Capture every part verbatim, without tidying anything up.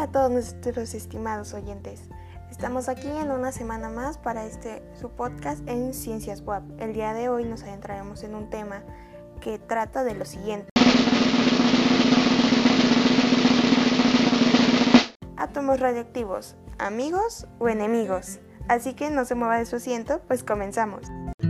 a todos nuestros estimados oyentes. Estamos aquí en una semana más para este su podcast en Ciencias Web. El día de hoy nos adentraremos en un tema que trata de lo siguiente: átomos radioactivos, amigos o enemigos. Así que no se mueva de su asiento, pues comenzamos.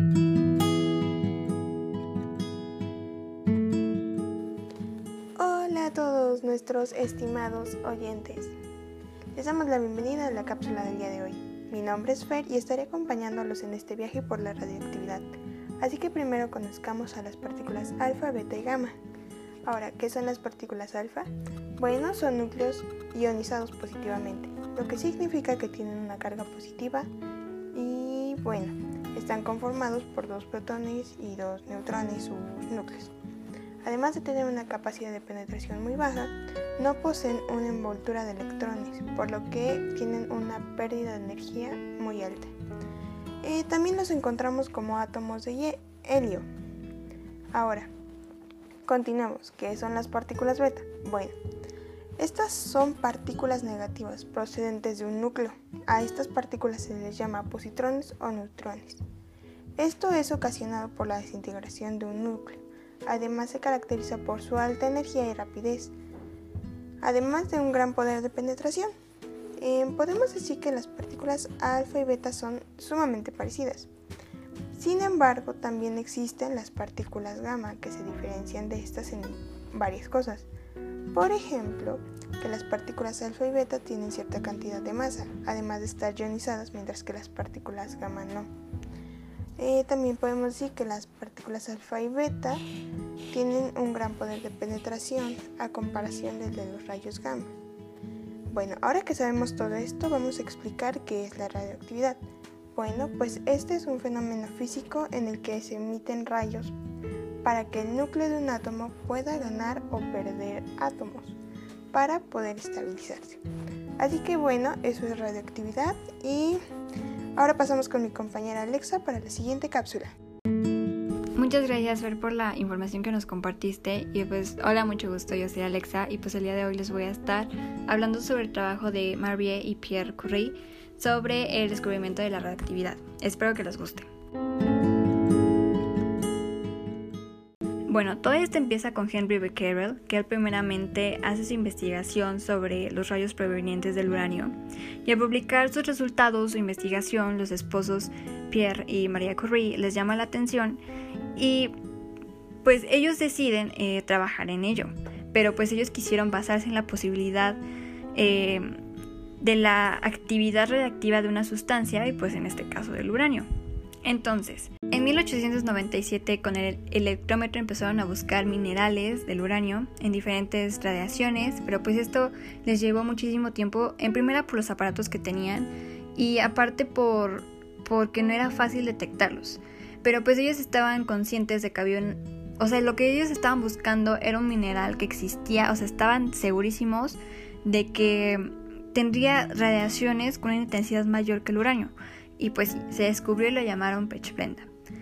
Hola a todos nuestros estimados oyentes. Les damos la bienvenida a la cápsula del día de hoy. Mi nombre es Fer y estaré acompañándolos en este viaje por la radioactividad. Así que primero conozcamos a las partículas alfa, beta y gamma. Ahora, ¿qué son las partículas alfa? Bueno, son núcleos ionizados positivamente, lo que significa que tienen una carga positiva y, bueno, están conformados por dos protones y dos neutrones, sus núcleos. Además de tener una capacidad de penetración muy baja, no poseen una envoltura de electrones, por lo que tienen una pérdida de energía muy alta. Eh, también los encontramos como átomos de helio. Ahora, continuamos. ¿Qué son las partículas beta? Bueno, estas son partículas negativas procedentes de un núcleo. A estas partículas se les llama positrones o neutrones. Esto es ocasionado por la desintegración de un núcleo. Además se caracteriza por su alta energía y rapidez, además de un gran poder de penetración. Eh, podemos decir que las partículas alfa y beta son sumamente parecidas. Sin embargo, también existen las partículas gamma, que se diferencian de estas en varias cosas. Por ejemplo, que las partículas alfa y beta tienen cierta cantidad de masa, además de estar ionizadas, mientras que las partículas gamma no. Eh, también podemos decir que las partículas alfa y beta tienen un gran poder de penetración a comparación del de los rayos gamma. Bueno, ahora que sabemos todo esto, vamos a explicar qué es la radioactividad. Bueno, pues este es un fenómeno físico en el que se emiten rayos para que el núcleo de un átomo pueda ganar o perder átomos para poder estabilizarse. Así que bueno, eso es radioactividad y ahora pasamos con mi compañera Alexa para la siguiente cápsula. Muchas gracias, Fer, por la información que nos compartiste. Y pues, hola, mucho gusto, yo soy Alexa y pues el día de hoy les voy a estar hablando sobre el trabajo de Marie y Pierre Curie sobre el descubrimiento de la radioactividad. Espero que les guste. Bueno, todo esto empieza con Henry Becquerel, que él primeramente hace su investigación sobre los rayos provenientes del uranio, y al publicar sus resultados, su investigación, los esposos Pierre y Marie Curie les llama la atención y pues ellos deciden eh, trabajar en ello, pero pues ellos quisieron basarse en la posibilidad eh, de la actividad radiactiva de una sustancia y pues en este caso del uranio. Entonces, en mil ochocientos noventa y siete con el electrómetro empezaron a buscar minerales del uranio en diferentes radiaciones, pero pues esto les llevó muchísimo tiempo, en primera por los aparatos que tenían y aparte por porque no era fácil detectarlos. Pero pues ellos estaban conscientes de que había un, o sea, lo que ellos estaban buscando era un mineral que existía, o sea, estaban segurísimos de que tendría radiaciones con una intensidad mayor que el uranio. Y pues se descubrió y lo llamaron pechblenda.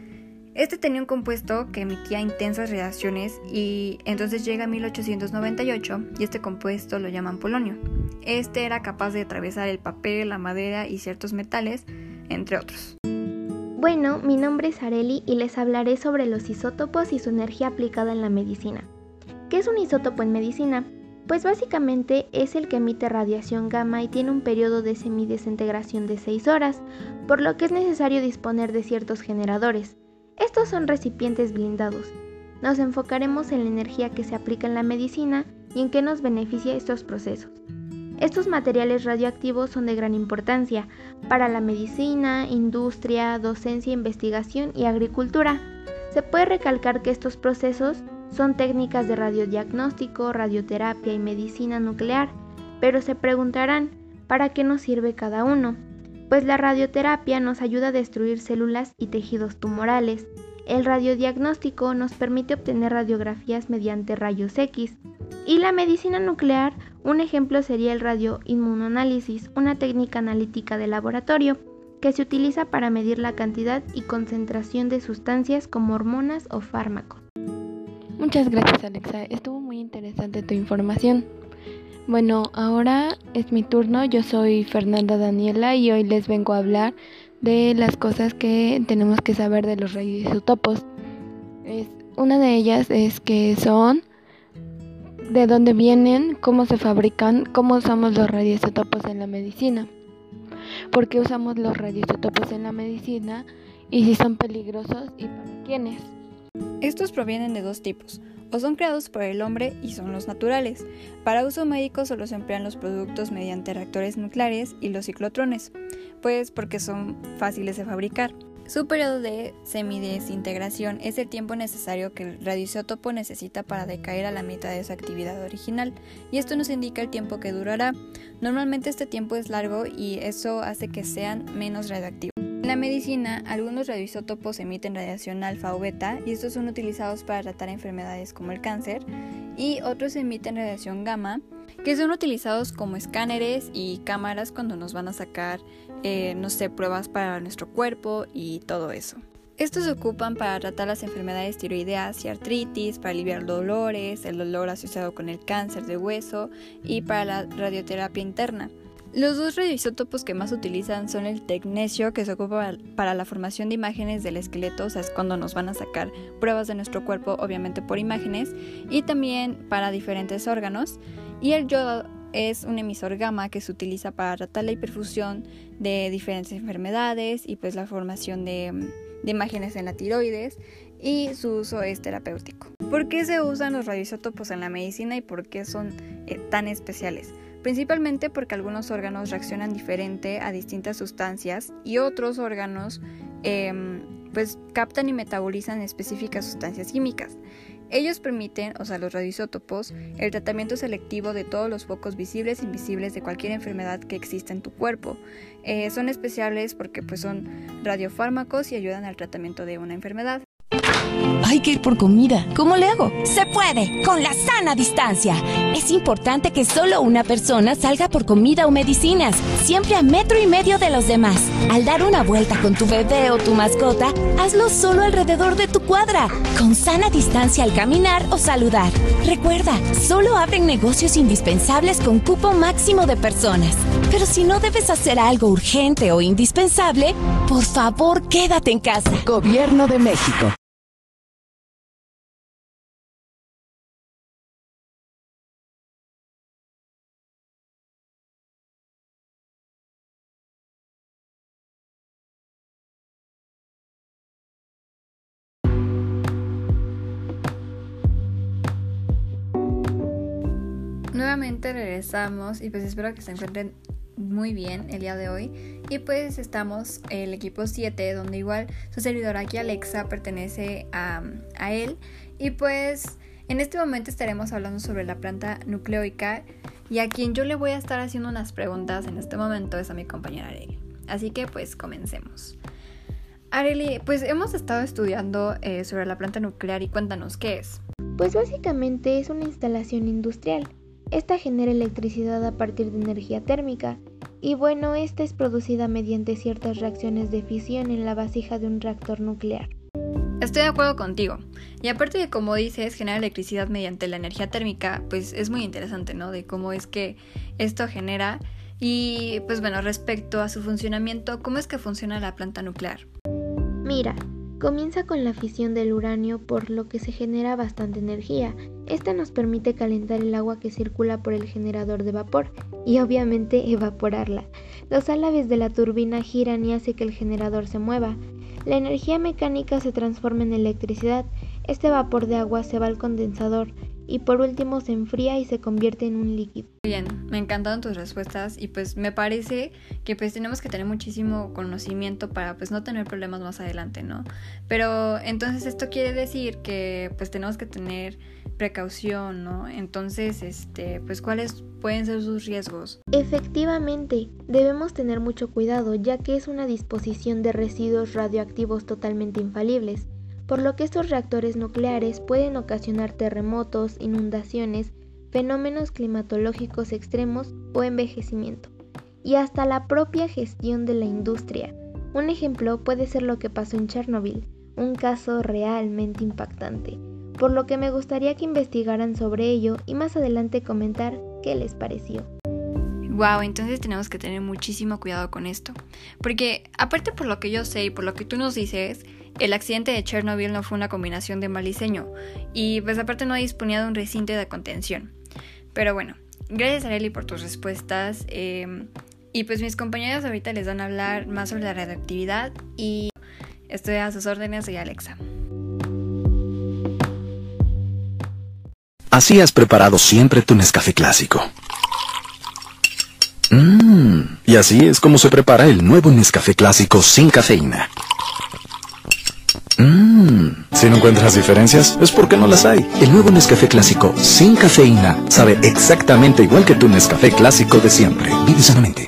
Este tenía un compuesto que emitía intensas radiaciones y entonces llega a mil ochocientos noventa y ocho y este compuesto lo llaman polonio. Este era capaz de atravesar el papel, la madera y ciertos metales, entre otros. Bueno, mi nombre es Areli y les hablaré sobre los isótopos y su energía aplicada en la medicina. ¿Qué es un isótopo en medicina? Pues básicamente es el que emite radiación gamma y tiene un periodo de semidesintegración de seis horas, por lo que es necesario disponer de ciertos generadores. Estos son recipientes blindados. Nos enfocaremos en la energía que se aplica en la medicina y en qué nos beneficia estos procesos. Estos materiales radioactivos son de gran importancia para la medicina, industria, docencia, investigación y agricultura. Se puede recalcar que estos procesos son técnicas de radiodiagnóstico, radioterapia y medicina nuclear, pero se preguntarán, ¿para qué nos sirve cada uno? Pues la radioterapia nos ayuda a destruir células y tejidos tumorales. El radiodiagnóstico nos permite obtener radiografías mediante rayos X. Y la medicina nuclear, un ejemplo sería el radioinmunoanálisis, una técnica analítica de laboratorio que se utiliza para medir la cantidad y concentración de sustancias como hormonas o fármacos. Muchas gracias, Alexa. Estuvo muy interesante tu información. Bueno, ahora es mi turno. Yo soy Fernanda Daniela y hoy les vengo a hablar de las cosas que tenemos que saber de los radioisótopos. Es, una de ellas es que son, de dónde vienen, cómo se fabrican, cómo usamos los radioisótopos en la medicina, por qué usamos los radioisótopos en la medicina y si son peligrosos y para quiénes. Estos provienen de dos tipos, o son creados por el hombre y son los naturales. Para uso médico solo se emplean los productos mediante reactores nucleares y los ciclotrones, pues porque son fáciles de fabricar. Su periodo de semidesintegración es el tiempo necesario que el radioisótopo necesita para decaer a la mitad de su actividad original, y esto nos indica el tiempo que durará. Normalmente este tiempo es largo y eso hace que sean menos radioactivos. En la medicina, algunos radioisótopos emiten radiación alfa o beta, y estos son utilizados para tratar enfermedades como el cáncer, y otros emiten radiación gamma, que son utilizados como escáneres y cámaras cuando nos van a sacar, eh, no sé, pruebas para nuestro cuerpo y todo eso. Estos se ocupan para tratar las enfermedades tiroideas y artritis, para aliviar dolores, el dolor asociado con el cáncer de hueso y para la radioterapia interna. Los dos radioisótopos que más utilizan son el tecnecio, que se ocupa para la formación de imágenes del esqueleto, o sea, es cuando nos van a sacar pruebas de nuestro cuerpo, obviamente por imágenes, y también para diferentes órganos. Y el yodo es un emisor gamma que se utiliza para tratar la hiperfusión de diferentes enfermedades y pues la formación de, de imágenes en la tiroides, y su uso es terapéutico. ¿Por qué se usan los radioisótopos en la medicina y por qué son eh, tan especiales? Principalmente porque algunos órganos reaccionan diferente a distintas sustancias y otros órganos eh, pues captan y metabolizan específicas sustancias químicas. Ellos permiten, o sea los radioisótopos, el tratamiento selectivo de todos los focos visibles e invisibles de cualquier enfermedad que exista en tu cuerpo. Eh, son especiales porque pues, son radiofármacos y ayudan al tratamiento de una enfermedad. Hay que ir por comida. ¿Cómo le hago? Se puede, con la sana distancia. Es importante que solo una persona salga por comida o medicinas, siempre a metro y medio de los demás. Al dar una vuelta con tu bebé o tu mascota, hazlo solo alrededor de tu cuadra, con sana distancia al caminar o saludar. Recuerda, solo abren negocios indispensables con cupo máximo de personas. Pero si no debes hacer algo urgente o indispensable, por favor, quédate en casa. Gobierno de México. Nuevamente regresamos y pues espero que se encuentren muy bien el día de hoy. Y pues estamos el equipo siete, donde igual su servidora aquí Alexa pertenece a, a él. Y pues en este momento estaremos hablando sobre la planta nucleoica, y a quien yo le voy a estar haciendo unas preguntas en este momento es a mi compañera Arely. Así que pues comencemos. Arely, pues hemos estado estudiando eh, sobre la planta nuclear y cuéntanos qué es. Pues básicamente es una instalación industrial. Esta genera electricidad a partir de energía térmica, y bueno, esta es producida mediante ciertas reacciones de fisión en la vasija de un reactor nuclear. Estoy de acuerdo contigo, y aparte de como dices, genera electricidad mediante la energía térmica, pues es muy interesante, ¿no? De cómo es que esto genera, y pues bueno, respecto a su funcionamiento, ¿cómo es que funciona la planta nuclear? Mira, comienza con la fisión del uranio, por lo que se genera bastante energía. Esta nos permite calentar el agua que circula por el generador de vapor y obviamente evaporarla. Los álabes de la turbina giran y hace que el generador se mueva. La energía mecánica se transforma en electricidad. Este vapor de agua se va al condensador y por último se enfría y se convierte en un líquido. Bien, me encantaron tus respuestas y pues me parece que pues tenemos que tener muchísimo conocimiento para pues no tener problemas más adelante, ¿no? Pero entonces esto quiere decir que pues tenemos que tener precaución, ¿no? Entonces, este, pues ¿cuáles pueden ser sus riesgos? Efectivamente, debemos tener mucho cuidado, ya que es una disposición de residuos radioactivos totalmente infalibles, por lo que estos reactores nucleares pueden ocasionar terremotos, inundaciones, fenómenos climatológicos extremos o envejecimiento, y hasta la propia gestión de la industria. Un ejemplo puede ser lo que pasó en Chernobyl, un caso realmente impactante, por lo que me gustaría que investigaran sobre ello y más adelante comentar qué les pareció. Wow, entonces tenemos que tener muchísimo cuidado con esto. Porque aparte por lo que yo sé y por lo que tú nos dices, el accidente de Chernobyl no fue una combinación de mal diseño. Y pues aparte no disponía de un recinto de contención. Pero bueno, gracias Arely por tus respuestas. Eh, y pues mis compañeros ahorita les van a hablar más sobre la radioactividad. Y estoy a sus órdenes, soy Alexa. Así has preparado siempre tu Nescafé clásico. Mmm, y así es como se prepara el nuevo Nescafé clásico sin cafeína. Mmm, si no encuentras diferencias, es porque no las hay. El nuevo Nescafé clásico sin cafeína sabe exactamente igual que tu Nescafé clásico de siempre. Vive sanamente.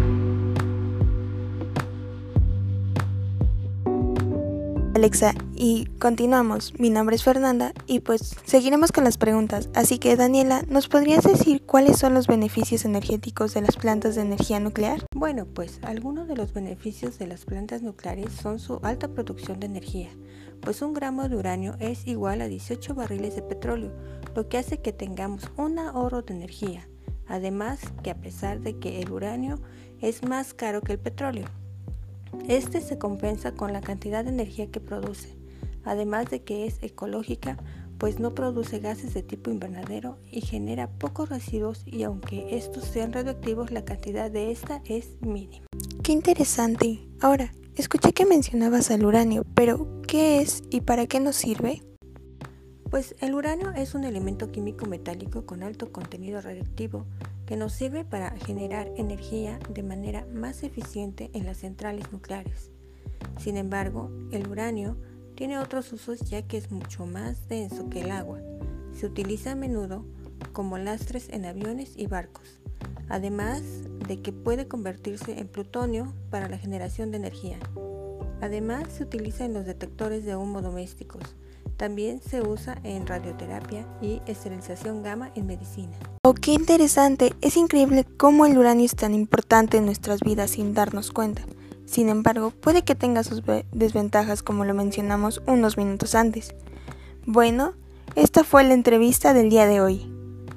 Alexa, y continuamos. Mi nombre es Fernanda y pues seguiremos con las preguntas. Así que Daniela, ¿nos podrías decir cuáles son los beneficios energéticos de las plantas de energía nuclear? Bueno, pues algunos de los beneficios de las plantas nucleares son su alta producción de energía, pues un gramo de uranio es igual a dieciocho barriles de petróleo, lo que hace que tengamos un ahorro de energía. Además, que a pesar de que el uranio es más caro que el petróleo, este se compensa con la cantidad de energía que produce, además de que es ecológica, pues no produce gases de tipo invernadero y genera pocos residuos, y aunque estos sean radioactivos, la cantidad de esta es mínima. ¡Qué interesante! Ahora, escuché que mencionabas al uranio, pero ¿qué es y para qué nos sirve? Pues el uranio es un elemento químico metálico con alto contenido radioactivo que nos sirve para generar energía de manera más eficiente en las centrales nucleares. Sin embargo, el uranio tiene otros usos ya que es mucho más denso que el agua. Se utiliza a menudo como lastres en aviones y barcos, además de que puede convertirse en plutonio para la generación de energía. Además, se utiliza en los detectores de humo domésticos. También se usa en radioterapia y esterilización gamma en medicina. ¡Oh, qué interesante! Es increíble cómo el uranio es tan importante en nuestras vidas sin darnos cuenta. Sin embargo, puede que tenga sus desventajas como lo mencionamos unos minutos antes. Bueno, esta fue la entrevista del día de hoy.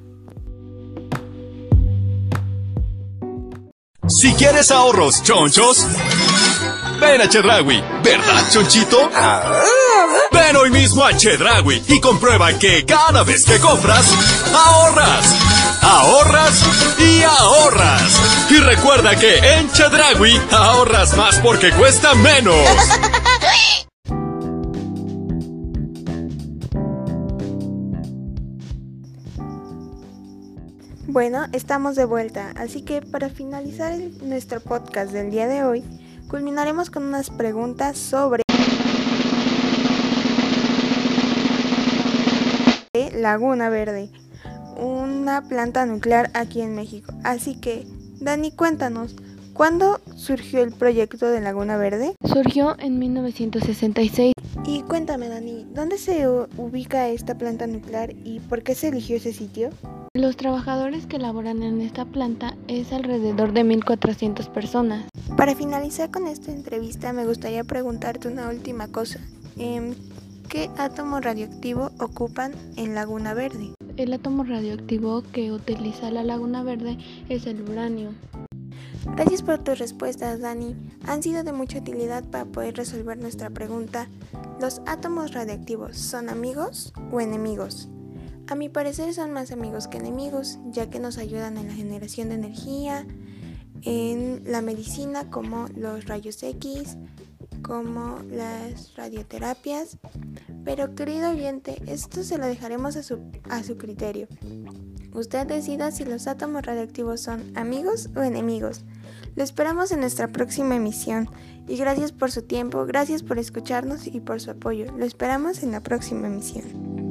Si quieres ahorros chonchos, ven a Chedraui, ¿verdad, chonchito? Ven hoy mismo a Chedraui y comprueba que cada vez que compras, ahorras, ahorras y ahorras. Y recuerda que en Chedraui ahorras más porque cuesta menos. Bueno, estamos de vuelta, así que para finalizar el, nuestro podcast del día de hoy, culminaremos con unas preguntas sobre Laguna Verde, una planta nuclear aquí en México. Así que, Dani, cuéntanos, ¿cuándo surgió el proyecto de Laguna Verde? Surgió en mil novecientos sesenta y seis. Y cuéntame, Dani, ¿dónde se ubica esta planta nuclear y por qué se eligió ese sitio? Los trabajadores que laboran en esta planta es alrededor de mil cuatrocientas personas. Para finalizar con esta entrevista, me gustaría preguntarte una última cosa. Eh, ¿Qué átomo radioactivo ocupan en Laguna Verde? El átomo radioactivo que utiliza la Laguna Verde es el uranio. Gracias por tus respuestas, Dani. Han sido de mucha utilidad para poder resolver nuestra pregunta. ¿Los átomos radioactivos son amigos o enemigos? A mi parecer son más amigos que enemigos, ya que nos ayudan en la generación de energía, en la medicina como los rayos X, como las radioterapias. Pero querido oyente, esto se lo dejaremos a su, a su criterio. Usted decida si los átomos radioactivos son amigos o enemigos. Lo esperamos en nuestra próxima emisión. Y gracias por su tiempo, gracias por escucharnos y por su apoyo. Lo esperamos en la próxima emisión.